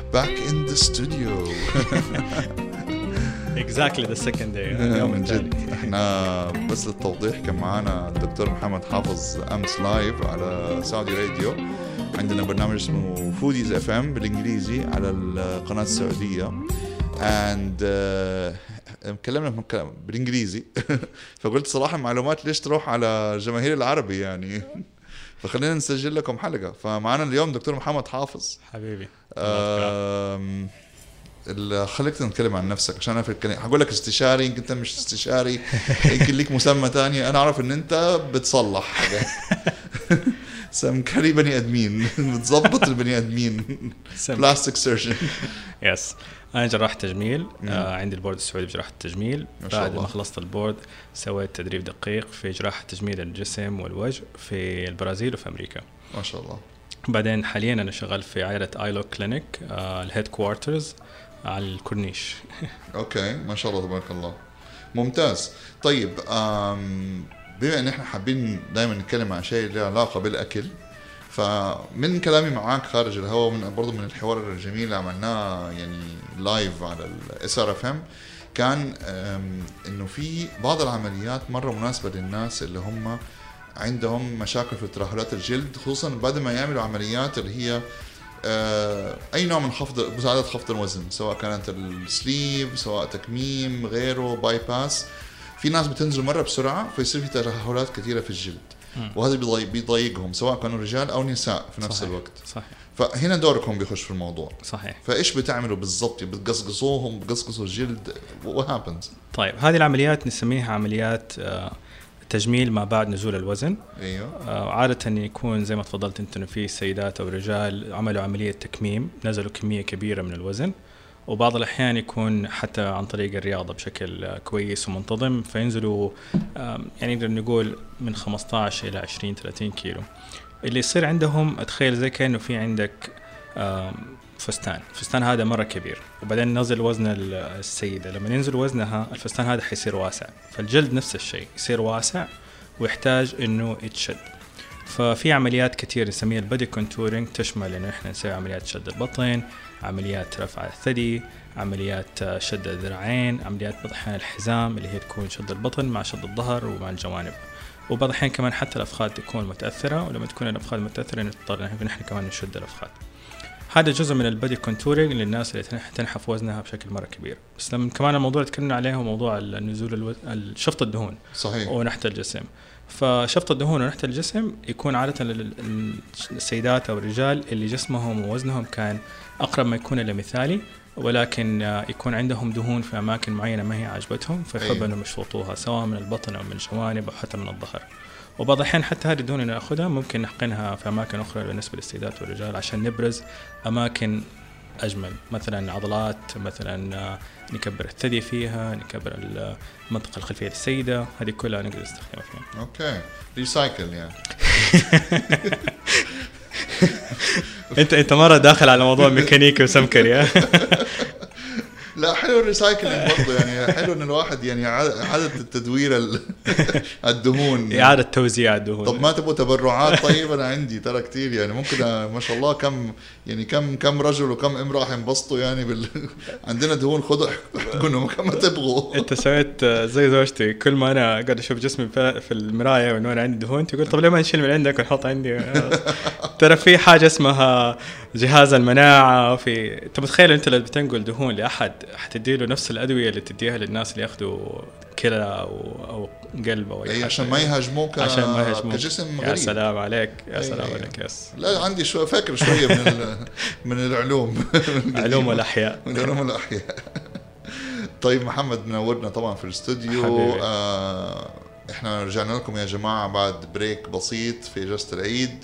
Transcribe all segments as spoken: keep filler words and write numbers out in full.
back in the studio. exactly the second day. من جد. احنا بس للتوضيح كان معانا الدكتور محمد حافظ امس لايف على سعودي راديو. عندنا برنامج اسمه فوديز اف ام بالانجليزي على القناه السعوديه. and تكلمنا uh, بالانجليزي. فقلت صراحه معلومات ليش تروح على جماهير العربي يعني. فخلينا نسجل لكم حلقه. فمعنا اليوم دكتور محمد حافظ حبيبي. آه خليك نتكلم عن نفسك عشان انا في الكلام هقول لك استشاري، يمكن انت مش استشاري، يمكن ليك مسمى تاني. انا اعرف ان انت بتصلح حاجه. سمكري بني ادمين، بتظبط البني ادمين. بلاستيك سيرجن. يس انا جراح تجميل. آه عندي البورد السعودي بجراحه التجميل. بعد ما خلصت البورد سويت تدريب دقيق في جراحه تجميل الجسم والوجه في البرازيل وفي امريكا. ما شاء الله. بعدين حاليا انا شغال في عياده ايلو كلينيك آه الهيد كوارترز على الكورنيش. اوكي ما شاء الله تبارك الله. ممتاز. طيب بما ان احنا حابين دائما نتكلم عن شيء له علاقه بالاكل، فمن كلامي معاك خارج الهواء من برضو من الحوار الجميل اللي عملناه يعني لايف على الاس ار اف ام، كان انه في بعض العمليات مره مناسبه للناس اللي هم عندهم مشاكل في ترهلات الجلد، خصوصا بعد ما يعملوا عمليات اللي هي اي نوع من خفض مساعده خفض الوزن، سواء كانت السليف سواء تكميم غيره باي باس. في ناس بتنزل مره بسرعه فيصير في ترهلات كثيره في الجلد، وهذا بيضايقهم سواء كانوا رجال او نساء في نفس صحيح. الوقت. صحيح. فهنا دوركم بيخش في الموضوع. صحيح. فايش بتعملوا بالضبط؟ بتقصقصوهم، بتقصقصوا الجلد؟ what happens؟ طيب هذه العمليات نسميها عمليات تجميل ما بعد نزول الوزن. ايوه. عاده يكون زي ما تفضلت انت انه في سيدات او رجال عملوا عمليه تكميم، نزلوا كميه كبيره من الوزن، وبعض الأحيان يكون حتى عن طريق الرياضة بشكل كويس ومنتظم فينزلوا يعني نقدر نقول من خمسة عشر إلى عشرين ثلاثين كيلو. اللي يصير عندهم أتخيل زي كأنه في عندك فستان، الفستان هذا مرة كبير وبعدين نزل وزن السيدة، لما ينزل وزنها الفستان هذا حيصير واسع، فالجلد نفس الشيء يصير واسع ويحتاج إنه يتشد. ففي عمليات كثير نسميها البادي كونتورينج، تشمل إنه إحنا نسوي عمليات شد البطن، عمليات رفع الثدي، عمليات شد الذراعين، عمليات بعض الأحيان الحزام اللي هي تكون شد البطن مع شد الظهر ومع الجوانب، وبعض الأحيان كمان حتى الأفخاذ تكون متأثرة، ولما تكون الأفخاذ متأثرة نضطر نحن كمان نشد الأفخاذ. هذا جزء من البادي كونتورينج للناس اللي تنحف وزنها بشكل مرة كبير. بس لما كمان الموضوع اللي تكلمنا عليه هو موضوع النزول الوز... شفط الدهون. صحيح. ونحت الجسم. فشفط الدهون ونحت الجسم يكون عادة للسيدات أو الرجال اللي جسمهم ووزنهم كان أقرب ما يكون إلى مثالي، ولكن يكون عندهم دهون في أماكن معينة ما هي عجبتهم فيحبوا أيوه. أنهم يشفطوها سواء من البطن أو من الجوانب أو حتى من الظهر. وبعض الأحيان حتى هذه الدهون اللي نأخذها ممكن نحقنها في أماكن أخرى بالنسبة للسيدات والرجال عشان نبرز أماكن أجمل، مثلا عضلات، مثلا نكبر الثدي فيها، نكبر المنطقة الخلفية للسيدة، هذه كلها نقدر نستخدمها فيها. أوكي. ريسايكل يعني. أنت أنت مرة داخل على موضوع ميكانيكي وسمكري. لا حلو الريسايكلينج برضه، يعني حلو ان الواحد يعني اعاده التدوير الدهون، اعاده توزيع الدهون. طب ما تبغوا تبرعات؟ طيب انا عندي ترى كتير يعني ممكن ما شاء الله كم يعني كم كم رجل وكم امراه ينبسطوا يعني بال... عندنا دهون خضع كنا كم تبغوا. انت سويت زي زوجتي، كل ما انا قاعد اشوف جسمي في المرايه وانه انا عندي دهون تقول طب ليه ما نشيل من عندك ونحط عندي؟ ترى في حاجه اسمها جهاز المناعه، في انت متخيل انت لو بتنقل دهون لاحد حتديله نفس الادويه اللي تديها للناس اللي ياخذوا كلى او او قلب او اي عشان ما يهاجموك عشان ما يهاجموك كجسم غريب. يا سلام عليك يا سلام عليك. يس لا عندي شويه فاكر شويه من من العلوم علوم الاحياء من علوم الاحياء. طيب محمد منورنا طبعا في الاستوديو. آه احنا رجعنا لكم يا جماعه بعد بريك بسيط في اجازه العيد.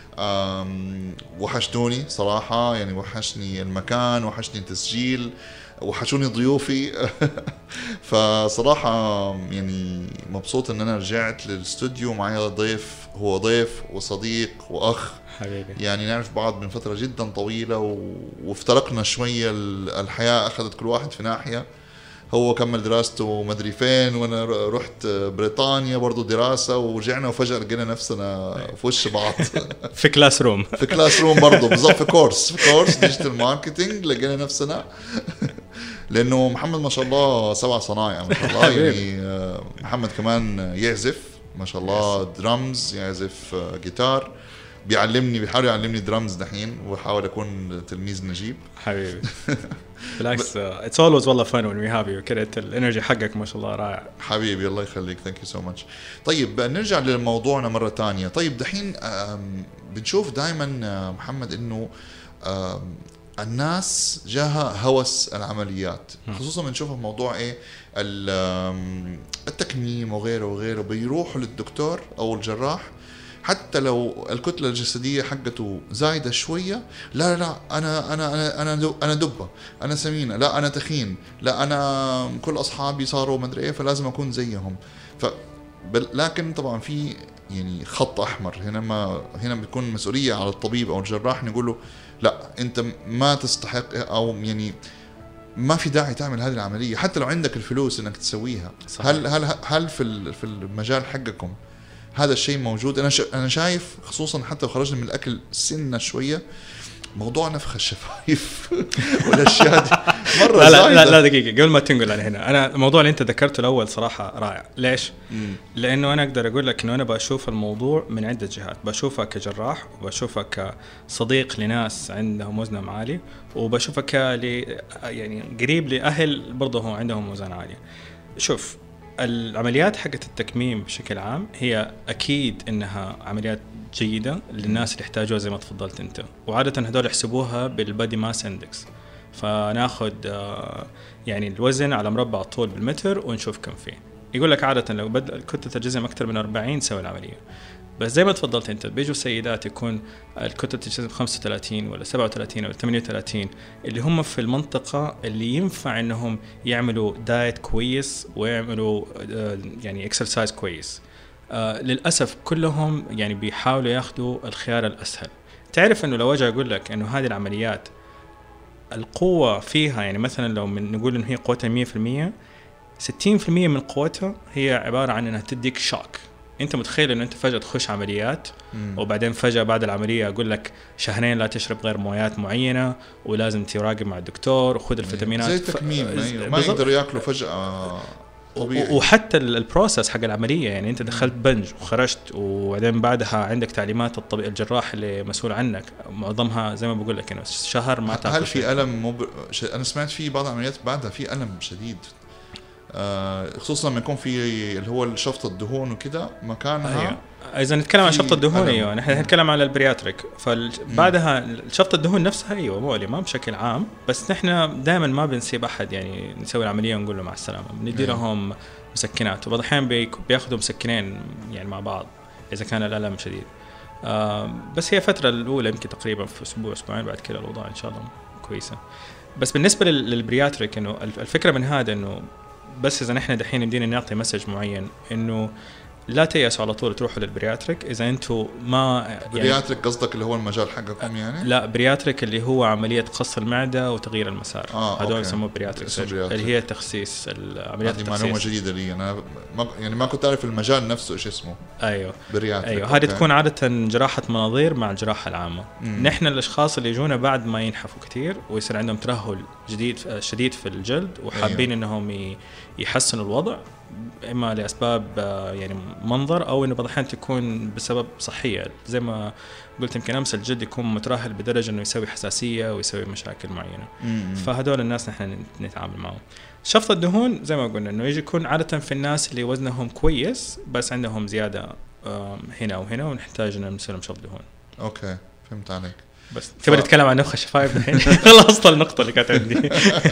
وحشتوني صراحة، يعني وحشني المكان، وحشني التسجيل، وحشوني ضيوفي. فصراحة يعني مبسوط ان انا رجعت للاستوديو معي ضيف، هو ضيف وصديق واخ حبيبي. يعني نعرف بعض من فترة جدا طويلة و... وافترقنا شوية، الحياة اخذت كل واحد في ناحية، هو كمل دراسته مدري فين، وانا رحت بريطانيا برضو دراسة، ورجعنا وفجأة لقينا نفسنا في وش بعض في كلاس روم في كلاس روم برضو بالضبط، في كورس في كورس ديجيتال ماركتينج لقينا نفسنا لأنه محمد ما شاء الله سبع صنايع ما شاء الله. يعني محمد كمان يعزف ما شاء الله درامز، يعزف جيتار، بيعلمني بيحاول يعلمني درامز دحين، وبحاول أكون تلميذ نجيب حبيبي. بالعكس it's always والله fun when we have you كده، الانرجي حقك ما شاء الله رائع حبيبي. الله يخليك thank you so much. طيب نرجع لموضوعنا مرة تانية. طيب دحين بنشوف دائما محمد إنه الناس جاها هوس العمليات، خصوصا بنشوفها في موضوع ايه التكميم وغيره وغيره، بيروحوا للدكتور او الجراح حتى لو الكتلة الجسدية حقته زايدة شوية، لا لا أنا أنا أنا أنا أنا دبة، أنا سمينة، لا أنا تخين، لا أنا كل أصحابي صاروا مدري إيه فلازم أكون زيهم. ف لكن طبعا في يعني خط أحمر هنا، ما هنا بيكون مسؤولية على الطبيب أو الجراح نقول له لا أنت ما تستحق، أو يعني ما في داعي تعمل هذه العملية حتى لو عندك الفلوس إنك تسويها. صحيح. هل هل هل في في المجال حقكم هذا الشيء موجود؟ أنا أنا شايف خصوصا حتى لو خرجنا من الأكل سنة شوية موضوع نفخ الشفايف والأشياء دي مرة لا, لا لا لا دقيقة قبل ما تنقل على هنا. أنا الموضوع اللي أنت ذكرته الأول صراحة رائع. ليش؟ مم. لأنه أنا أقدر أقول لك إنه أنا بشوف الموضوع من عدة جهات، بشوفها كجراح، وبشوفها كصديق لناس عندهم وزنهم عالي، وبشوفها كلي يعني قريب لأهل برضه هم عندهم وزن عالي. شوف العمليات حقت التكميم بشكل عام هي أكيد إنها عمليات جيدة للناس اللي يحتاجوها زي ما تفضلت أنت، وعادة هدول يحسبوها بالبادي ماس اندكس، فناخد يعني الوزن على مربع الطول بالمتر ونشوف كم فيه. يقول لك عادة لو بدأ كتلة الجسم أكثر من أربعين سوي العملية. بس زي ما تفضلت أنت بيجوا سيدات يكون الكتلة الجسم خمسة وثلاثين ولا سبعة وثلاثين ولا ثمانية وثلاثين اللي هم في المنطقة اللي ينفع إنهم يعملوا دايت كويس ويعملوا يعني إكسرسايز كويس. آه للأسف كلهم يعني بيحاولوا ياخدوا الخيار الأسهل. تعرف إنه لو أجي أقول لك إنه هذه العمليات القوة فيها يعني مثلا لو من نقول إنه هي قوتها مية في المية، ستين في المية من قوتها هي عبارة عن إنها تديك شوك. أنت متخيل إنه أنت فجأة تخش عمليات مم. وبعدين فجأة بعد العملية أقول لك شهرين لا تشرب غير مويات معينة ولازم تراقب مع الدكتور وخذ الفيتامينات زي التكميم ف... ما يقدروا ياكلوا فجأة طبيعي. وحتى البروسس حق العملية يعني أنت دخلت بنج وخرجت وبعدين بعدها عندك تعليمات الطبيب الجراح اللي مسؤول عنك معظمها زي ما بقول لك إنه شهر ما تاكل. هل في ألم مب... أنا سمعت في بعض العمليات بعدها في ألم شديد آه خصوصا لما يكون في اللي هو شفط الدهون وكذا مكانها. أيوة. إذا نتكلم عن شفط الدهون أيوة نحن نتكلم على البرياتريك، فبعدها شفط الدهون نفسها أيوة مؤلمة بشكل عام، بس نحن دائما ما بنسيب أحد يعني نسوي العملية ونقول له مع السلامة، بندي لهم مسكنات، وبعض الأحيان بياخدوا مسكنين يعني مع بعض إذا كان الألم شديد. آه بس هي فترة الأولى يمكن تقريبا في أسبوع أسبوعين، بعد كده الوضع إن شاء الله كويسة. بس بالنسبة للبرياتريك إنه الفكرة من هذا إنه بس إذا نحن دحين ندينا نعطي مسج معين إنه لا تيأسوا على طول تروحوا للبرياتريك إذا أنتوا ما يعني برياتريك قصدك اللي هو المجال حقكم يعني؟ لا برياتريك اللي هو عملية قص المعدة وتغيير المسار. آه هذول يسموه برياتريك اللي هي تخسيس العمليات. هذه معلومة جديدة لي أنا ما يعني ما كنت أعرف المجال نفسه إيش اسمه. أيوه برياتريك. أيوه هذه تكون عادة جراحة مناظير مع الجراحة العامة. مم. نحن الأشخاص اللي يجونا بعد ما ينحفوا كتير ويصير عندهم ترهل جديد شديد في الجلد وحابين أيوه. إنهم يحسنوا الوضع إما لأسباب يعني منظر أو إنه بعض الأحيان تكون بسبب صحية زي ما قلت يمكن أمس الجلد يكون مترهل بدرجة إنه يسوي حساسية ويسوي مشاكل معينة. مم. فهذول الناس نحن نتعامل معهم. شفط الدهون زي ما قلنا إنه يجي يكون عادة في الناس اللي وزنهم كويس بس عندهم زيادة هنا وهنا ونحتاج إن نسوي لهم شفط دهون. أوكي فهمت عليك. بس تبغى ف... نتكلم عن نفخ الشفايف الحين؟ خلاص النقطة اللي كانت عندي.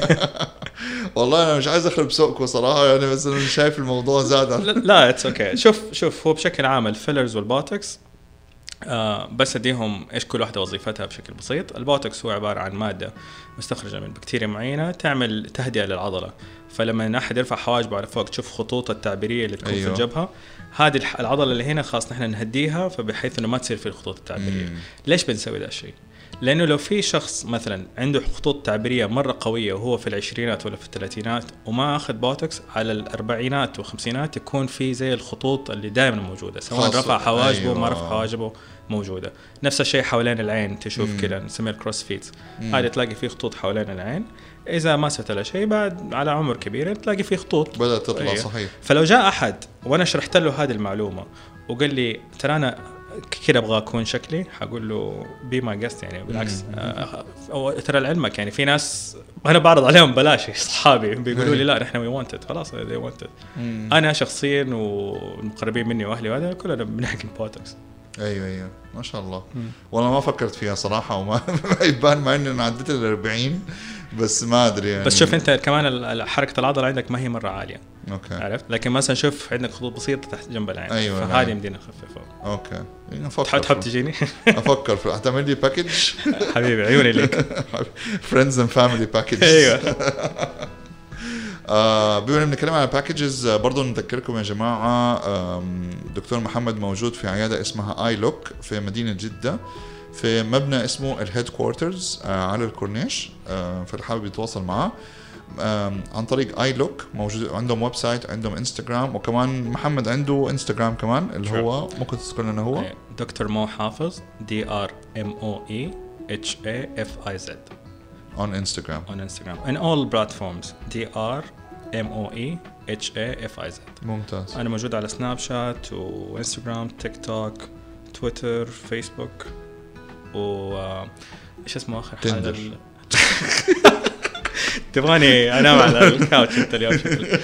والله أنا مش عايز أخرب سوقكم صراحة يعني، بس أنا شايف الموضوع زاد. لا اتس اوكي. شوف شوف هو بشكل عام الفيلرز والبوتوكس آه بس اديهم ايش كل واحدة وظيفتها بشكل بسيط. البوتوكس هو عبارة عن مادة مستخرجة من بكتيريا معينة تعمل تهدئة للعضلة، فلما أحد يرفع حواجبه على فوق تشوف خطوط التعبيرية اللي تكون أيوه. في الجبهة، هذه العضلة اللي هنا خاص نحن نهديها فبحيث إنه ما تصير في الخطوط التعبيرية. مم. ليش بنسوي ذا الشيء؟ لانه لو في شخص مثلا عنده خطوط تعبيريه مره قويه وهو في العشرينات ولا في الثلاثينات وما اخذ بوتوكس، على الاربعينات والخمسينات يكون في زي الخطوط اللي دائما موجوده، سواء رفع حواجبه أيوة. ما رفع حواجبه موجوده. نفس الشيء حوالين العين، تشوف كذا نسميه الكروس فيتس، هذه تلاقي فيه خطوط حوالين العين. اذا ما سويت له شيء بعد على عمر كبير تلاقي فيه خطوط بدات تطلع أيوة. صحيح. فلو جاء احد وانا شرحت له هذه المعلومه وقال لي ترى انا كده ابغى اكون شكلي، حقول له بي ما قست يعني بالعكس. آه ترى لعلمك يعني في ناس انا بعرض عليهم بلاش، اصحابي بيقولوا لي لا نحن وي وانتد خلاص they wanted. انا شخصيا والمقربين مني واهلي وهذا كلنا بنحكي بوتوكس. ايوه ايوه ما شاء الله. مم. والله ما فكرت فيها صراحه وما يبان مع اني عديت ال أربعين بس ما ادري يعني. بس شوف انت كمان حركه العضله عندك ما هي مره عاليه، اوكي عرفت، لكن مثلا شوف عندك خطوط بسيطه تحت جنب العين. أيوة فهذه يمدينا نخففها. اوكي تحب تحب تجيني افكر في هتعمل لي باكج حبيبي عيوني لك فريندز اند فاميلي باكج. ايوه آه بما ان بنتكلم على باكجز برضه نذكركم يا جماعه دكتور محمد موجود في عياده اسمها اي لوك في مدينه جده في مبنى اسمه الهيد كوارترز آه على الكورنيش. آه فالحابب يتواصل معه آه عن طريق اي لوك. موجود عندهم ويب سايت، عندهم انستغرام، وكمان محمد عنده انستغرام كمان اللي هو ممكن تذكر لنا هو دكتور مو حافظ دي ار ام او اي اتش اي اف اي زد on Instagram on Instagram in all platforms D R M O E H A F I Z. ممتاز. أنا موجود على سناب شات وإنستغرام تيك توك تويتر فيسبوك و إيش اسمه آخر حاجة ال... تبغاني أنام على الكاوتش أنت اليوم شكل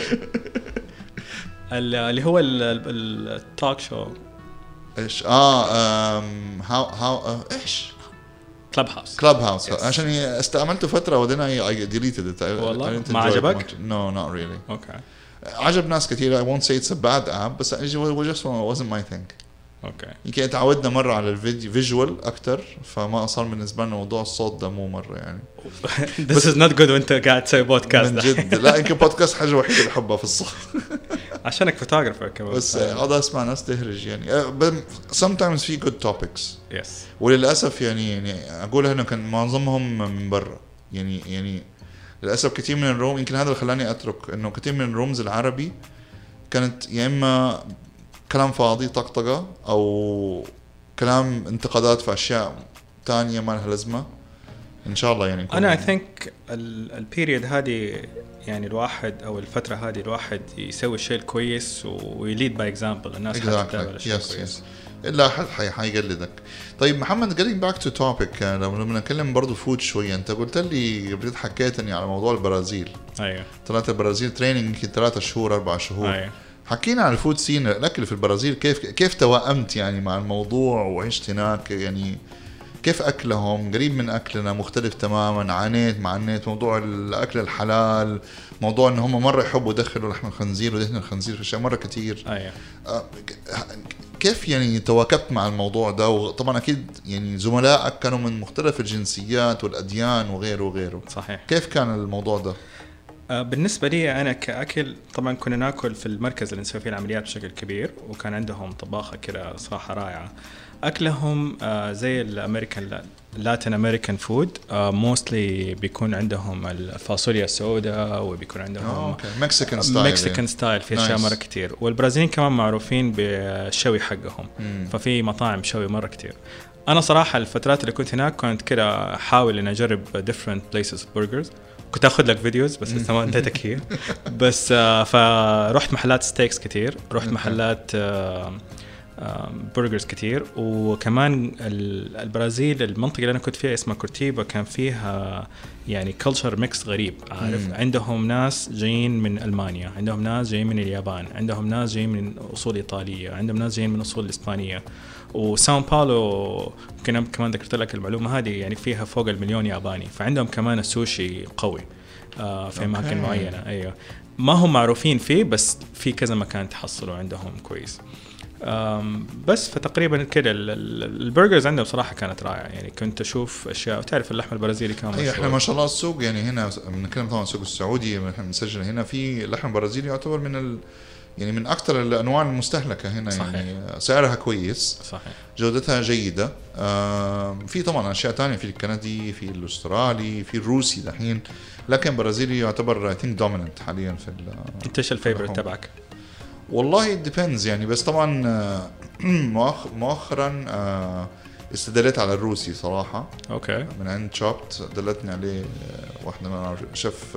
اللي هو التوك شو إيش آه um, how how uh, إيش كلاب هاوس كلاب هاوس عشان استعملته فتره ودنا اي ديليتد. والله ما عجبك؟ نو نوت ريلي. اوكي عجب ناس كثير. I won't say it's a bad app بس it just wasn't my thing. اوكي يمكن تعودنا مره على الفيديو فيجوال اكثر فما صار بالنسبه لنا موضوع الصوت ده مو مره يعني. This is not good وانت قاعد تسوي بودكاست. من جد لا يمكن بودكاست حاجه وحيده اللي بحبها في الصوت عشانك فوتوغرافر كمان. بس هذا اسمع ناس تهرج يعني. sometimes في good topics yes. وللاسف يعني يعني اقول هنا كان معظمهم من برا يعني يعني للاسف كثير من الروم. يمكن هذا اللي خلاني اترك انه كثير من الرومز العربي كانت يا اما كلام فاضي طقطقه او كلام انتقادات في اشياء تانية ما لها لازمه. ان شاء الله يعني انا I think البيريود هذه يعني الواحد او الفتره هذه الواحد يسوي الشيء الكويس ويليد باي اكزامبل. الناس حتتابع الشيء الكويس الا احد حيقلدك. طيب محمد getting back to topic لما نتكلم برضو فود شويه. انت قلت لي قبل حكيتني على موضوع البرازيل. ايوه ثلاثه البرازيل تريننج يمكن ثلاثة شهور أربعة شهور. أيوة. حكينا عن الفود سين الاكل في البرازيل كيف كيف توأمت يعني مع الموضوع وعشت هناك يعني كيف أكلهم قريب من أكلنا مختلف تماماً. عانيت مع النت موضوع الأكل الحلال موضوع إن هم مرة يحبوا يدخلوا لحم الخنزير ودهن الخنزير في أشياء مرة كتير. أيوة. كيف يعني تواكبت مع الموضوع ده؟ وطبعاً أكيد يعني زملائك كانوا من مختلف الجنسيات والأديان وغيره وغيره. صحيح. كيف كان الموضوع ده؟ بالنسبة لي أنا كأكل طبعاً كنا ناكل في المركز اللي نسوي فيه العمليات بشكل كبير وكان عندهم طباخة كده صراحة رائعة. أكلهم زي الأمريكان لاتين أمريكان فود موستلي بيكون عندهم الفاصوليا السوداء وبيكون عندهم مكسيكان ستايل مكسيكان ستايل في أشياء مرة كتير. والبرازيليين كمان معروفين بالشوي حقهم مم. ففي مطاعم شوي مرة كتير. أنا صراحة الفترات اللي كنت هناك كنت كده أحاول إن أجرب different places burgers. كنت أخذ لك فيديوز بس لسه ما انتهيتك هي بس آه فرحت محلات ستيكس كتير. رحت محلات آه برجرز كتير. وكمان البرازيل المنطقة اللي أنا كنت فيها اسمها كورتيبا كان فيها يعني كلتشر ميكس غريب عارف. مم. عندهم ناس جايين من ألمانيا، عندهم ناس جايين من اليابان، عندهم ناس جايين من أصول إيطالية، عندهم ناس جايين من أصول إسبانية. وساو باولو كنا كمان ذكرت لك المعلومة هذه يعني فيها فوق المليون ياباني. فعندهم كمان السوشي قوي آه في أماكن معينة. أيوة ما هم معروفين فيه بس في كذا مكان تحصلوا عندهم كويس. بس فتقريبا كده البرجرز عندهم صراحه كانت رائعه يعني. كنت اشوف اشياء وتعرف اللحم البرازيلي كمان. اي احنا ما شاء الله السوق يعني هنا بنتكلم طبعا السوق السعودي احنا بنسجل هنا في لحم برازيلي يعتبر من ال يعني من اكثر الانواع المستهلكه هنا. صحيح. يعني سعرها كويس، صحيح، جودتها جيده. آه في طبعا اشياء تانية، في الكندي، في الاسترالي، في الروسي دحين، لكن برازيلي يعتبر I think dominant حاليا في. انت ايش الفيفورت تبعك؟ والله it depends يعني، بس طبعا مؤخرا استدلت على الروسي صراحة. اوكي. من عند شوبت دلتني عليه واحدة من شيف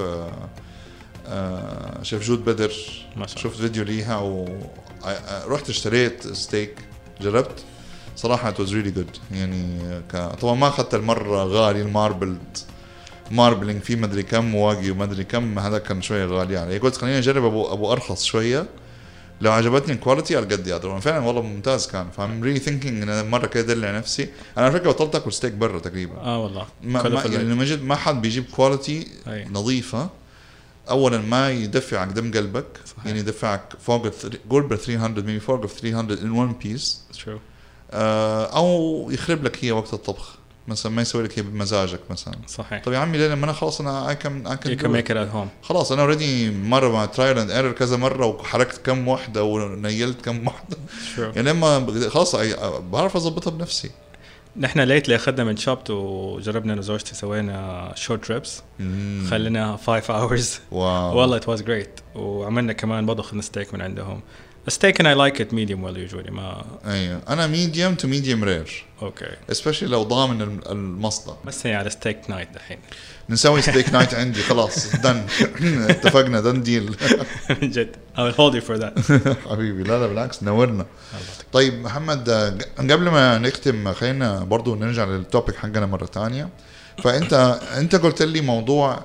شيف جود بدر، شفت فيديو ليها ورحت اشتريت ستيك جربت صراحة it was really good يعني. طبعا ما أخذت المرة غالي الماربلد ماربلينج فيه مدري كم واقي ومدري كم، هذا كان شوية غالي علي. قلت خليني أجرب أبو أبو أرخص شوية، لو عجبتني الكواليتي على قد يقدر. فعلا والله ممتاز كان. فام ري ثينكينج ان مره كده ادلع نفسي. انا فكره بطلت اكل ستيك برا تقريبا. اه والله ما, ما يعني مجد ما حد بيجيب كواليتي نظيفه. اولا ما يدفعك دم قلبك. صحيح. يعني يدفعك فوق قول ب ثلاثمية ميبي فوق ثلاثمية in one piece. شو آه او يخرب لك هي وقت الطبخ مثلا، ما يسوي لك هي بمزاجك مثلا. صحيح. طب يا عمي ليه؟ ما انا خلاص انا اي كم اي كم ميك ات هوم خلاص. انا اوريدي مره مع ترايل اند ايرور كذا مره، وحركت كم وحده ونيلت كم وحده. يعني لما خلاص بعرف اضبطها بنفسي. نحن ليتلي اخذنا من شوبت وجربنا انا وزوجتي سوينا شورت تريبس، خلينا خمسة اورز. والله ات واز جريت. وعملنا كمان برضه اخذنا ستيك من عندهم. الستيك انا لايك ات ميديوم ويل يوجوالي. ما ايوه انا ميديوم تو ميديوم رير. اوكي. اسبيشلي لو ضامن المصدر. بس هي على ستيك نايت دحين نسوي ستيك نايت عندي خلاص دن اتفقنا دن ديل. جد I will hold you for that حبيبي. لا لا بالعكس نورنا. طيب محمد قبل ما نختم خلينا برضو نرجع للتوبيك حقنا مرة تانية. فانت انت قلت لي موضوع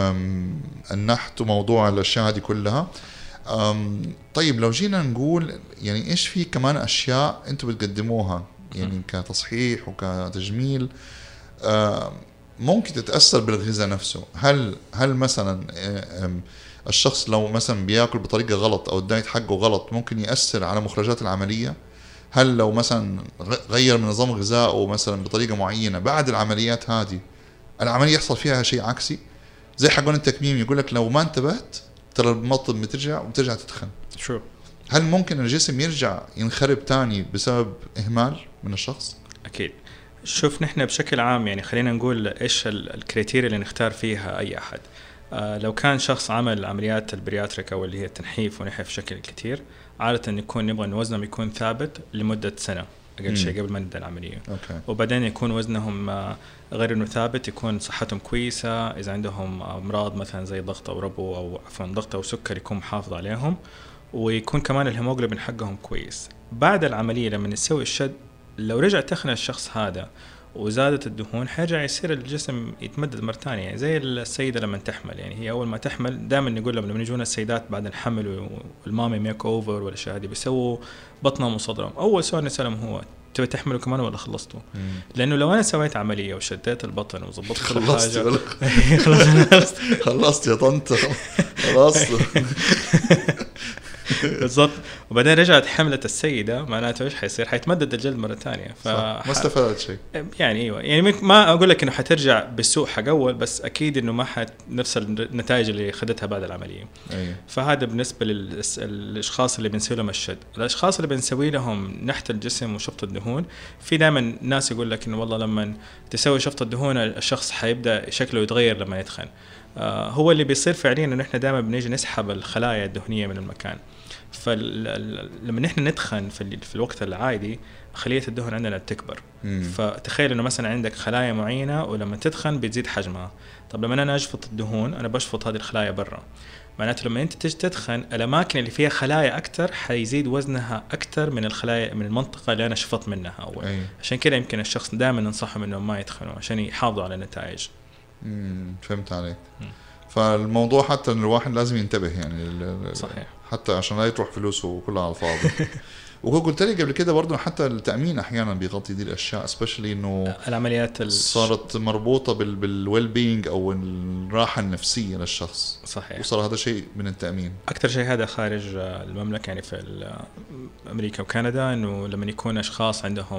النحت وموضوع الاشياء هذه كلها. طيب لو جينا نقول يعني ايش في كمان اشياء انتم بتقدموها يعني كتصحيح وكتجميل ممكن تتأثر بالغذاء نفسه؟ هل هل مثلا الشخص لو مثلا بياكل بطريقة غلط او الدايت حقه غلط ممكن يأثر على مخرجات العملية؟ هل لو مثلا غير من نظام غذائه مثلا بطريقة معينة بعد العمليات هذه العملية يحصل فيها شيء عكسي؟ زي حقون التكميم يقول لك لو ما انتبهت ترى المطب بترجع وبترجع تتخن. شو هل ممكن الجسم يرجع ينخرب تاني بسبب إهمال من الشخص؟ أكيد. شوف نحن بشكل عام يعني خلينا نقول إيش الكريتيريا اللي نختار فيها أي أحد. آه لو كان شخص عمل عمليات البرياتريك أو اللي هي التنحيف ونحف بشكل كتير، عادة يكون نبغى إن وزنهم يكون ثابت لمدة سنة أقل شيء قبل ما نبدأ العملية. أوكي. وبعدين يكون وزنهم غير إنه ثابت، يكون صحتهم كويسة. إذا عندهم أمراض مثلا زي ضغط أو ربو أو عفوا ضغط أو سكر يكون محافظ عليهم، ويكون كمان الهيموغلوبين حقهم كويس. بعد العملية لما نسوي الشد لو رجع تخن الشخص هذا وزادت الدهون حيرجع يصير الجسم يتمدد مرة ثانية. يعني زي السيدة لما تحمل، يعني هي أول ما تحمل دائما نقول لما يجونا السيدات بعد الحمل والمامي ميك أوفر والأشياء هذه بيسووا بطنهم وصدرهم، أول سؤال نسألهم هو تبي تحملوا كمان ولا خلصتوا؟ لأنه لو أنا سويت عملية وشديت البطن وظبطت كل حاجة خلصت خلصت يا طنط خلاص بالضبط. وبعدين رجعت حملة السيدة معناته إيش حيصير؟ حيتمدد الجلد مرة ثانية. فما استفادت شيء يعني. أيوة يعني ما أقول لك إنه حترجع بالسوء حق أول، بس أكيد إنه ما حت نفس النتائج اللي خدتها بعد العملية. أيوة. فهذا بالنسبة للأشخاص اللي بنسوي لهم الشد. الأشخاص اللي بنسوي لهم نحت الجسم وشفط الدهون، في دائما ناس يقول لك إنه والله لما تسوي شفط الدهون الشخص حيبدأ شكله يتغير لما يتخن. آه هو اللي بيصير فعليا إنه إحنا دائما بنيجي نسحب الخلايا الدهنية من المكان. فلما نحن ندخن في, في الوقت العادي خلية الدهن عندنا بتكبر. مم. فتخيل انه مثلا عندك خلايا معينة ولما تدخن بتزيد حجمها. طب لما انا اشفط الدهون انا بشفط هذه الخلايا برا، معناته لما انت تيجي تدخن الاماكن اللي فيها خلايا اكتر حيزيد وزنها اكتر من الخلايا من المنطقة اللي انا شفط منها اول. أي. عشان كده يمكن الشخص دائما ننصحهم انه ما يدخنوا عشان يحافظوا على النتائج. امم فهمت عليك. مم. فالموضوع حتى ان الواحد لازم ينتبه يعني. صحيح. حتى عشان لا يروح فلوسه كلها على الفاضي. وقلت لي قبل كده برضه حتى التأمين احيانا بيغطي دي الاشياء، سبيشلي انه العمليات ال... صارت مربوطه بال بالويل بينج او الراحه النفسيه للشخص. صحيح. وصار هذا شيء من التأمين. اكثر شيء هذا خارج المملكه يعني في امريكا وكندا، انه لما يكون اشخاص عندهم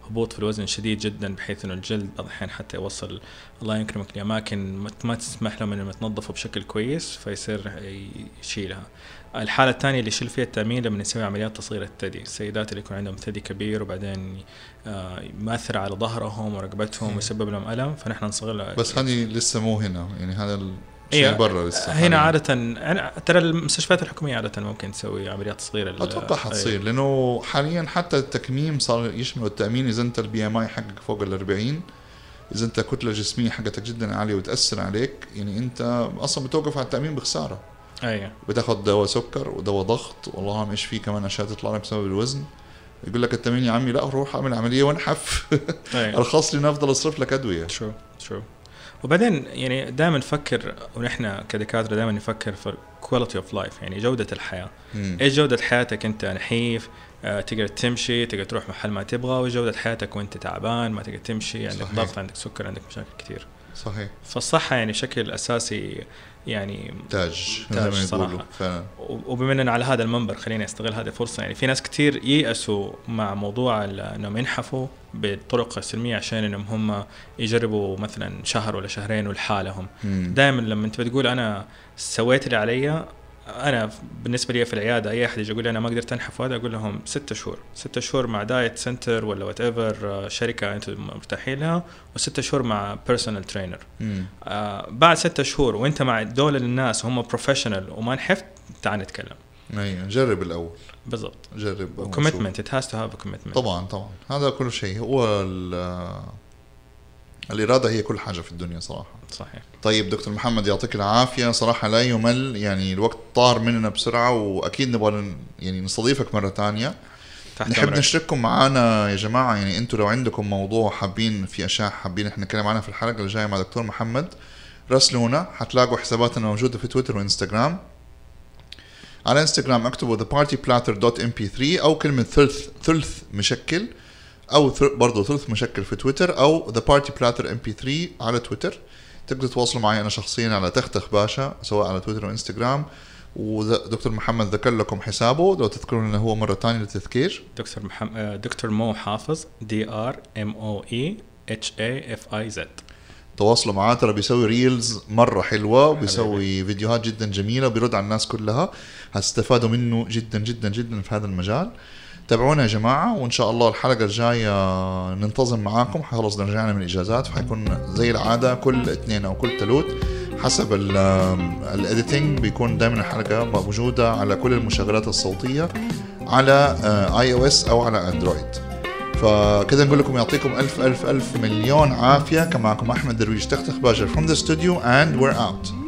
هبوط في الوزن شديد جدا، بحيث انه الجلد بعض الاحيان حتى يوصل الله يكرمك لاماكن ما تسمح لهم انهم يتنظفوا بشكل كويس فيصير يشيلها. الحالة الثانية اللي يشيل فيها التأمين لما نسوي عمليات تصغير الثدي، السيدات اللي يكون عندهم ثدي كبير وبعدين يؤثر على ظهرهم ورقبتهم ويسبب لهم ألم، فنحن نصغر له. بس هذه لسه مو هنا، يعني هذا الشيء إيه برا لسه هنا حاليا. عادة أنا ترى المستشفيات الحكومية عادة ممكن تسوي عمليات تصغير. أتوقع حتصير لأنه حاليا حتى التكميم صار يشمل التأمين. إذا أنت البي ام اي حقك فوق الأربعين، إذا أنت كتلة جسمية حقتك جدا عالية وتأثر عليك، يعني أنت أصلا بتوقف على التأمين بخسارة. أيه. بتاخد دواء سكر ودواء ضغط والله ما إيش فيه كمان أشياء تطلع لك بسبب الوزن. يقول لك التأمين يا عمي لا روح أعمل عملية وانحف. أيه. أرخص لي نفضل أصرف لك أدوية. شو شو وبعدين يعني دائما نفكر، ونحن كدكاترة دائما نفكر في quality of life، يعني جودة الحياة. مم. إيش جودة حياتك أنت نحيف آه، تقدر تمشي، تقدر تروح محل ما تبغى، وجودة حياتك وأنت تعبان ما تقدر تمشي، عندك يعني ضغط، عندك سكر، عندك مشاكل كثير. صحيح. فالصحة يعني بشكل أساسي يعني تاج تاج صراحة. وبما أننا على هذا المنبر خلينا استغل هذه الفرصة، يعني في ناس كتير ييأسوا مع موضوع أنهم ينحفوا بالطرق السلمية عشان أنهم هم يجربوا مثلا شهر ولا شهرين والحالهم. دائما لما أنت بتقول أنا سويت اللي علي، أنا بالنسبة لي في العيادة أي أحد يجي يقول لي أنا ما قدرت أنحف هذا، أقول لهم ستة شهور ستة شهور مع دايت سنتر ولا وات ايفر شركة أنتم مرتاحين لها، وستة شهور مع بيرسونال ترينر. آه بعد ستة شهور وأنت مع دول الناس هم بروفيشنال وما نحفت، تعال نتكلم. أي جرب الأول. بالضبط. جرب. commitment it has to have a commitment. طبعا طبعا هذا كل شيء. هو الإرادة هي كل حاجة في الدنيا صراحة. صحيح. طيب دكتور محمد يعطيك العافية، صراحة لا يمل، يعني الوقت طار مننا بسرعة، وأكيد نبغى يعني نستضيفك مرة تانية. نحب أمرك. نشارككم معانا يا جماعة، يعني أنتوا لو عندكم موضوع حابين في أشياء حابين إحنا نتكلم عنها في الحلقة اللي جاية مع دكتور محمد، راسلونا. حتلاقوا حساباتنا موجودة في تويتر وإنستغرام. على إنستغرام اكتبوا the party platter dot m p three أو كلمة ثلث ثلث مشكل، أو برضو ثلث مشكل في تويتر، أو the party platter m p three على تويتر. تقدروا تواصلوا معي أنا شخصيا على تختخ باشا سواء على تويتر وإنستغرام. ودكتور محمد ذكر لكم حسابه، لو تذكرون انه هو مرة تانية للتذكير. دكتور محمد دكتور مو حافظ دي ار ام او اي اتش اي اف اي زد. تواصلوا معاه، ترى بيسوي ريلز مرة حلوة وبيسوي فيديوهات جدا جميلة وبيرد على الناس كلها، هتستفادوا منه جدا جدا جدا في هذا المجال. تابعونا يا جماعة، وإن شاء الله الحلقة الجاية ننتظم معاكم. خلاص رجعنا من الإجازات، فحيكون زي العادة كل اثنين أو كل ثلاث حسب الإديتنج بيكون دائما الحلقة موجودة على كل المشغلات الصوتية على آي أو إس أو على أندرويد. فكذا نقول لكم يعطيكم ألف ألف ألف مليون عافية. كان معكم أحمد درويش تختخ باجر from the studio and we're out.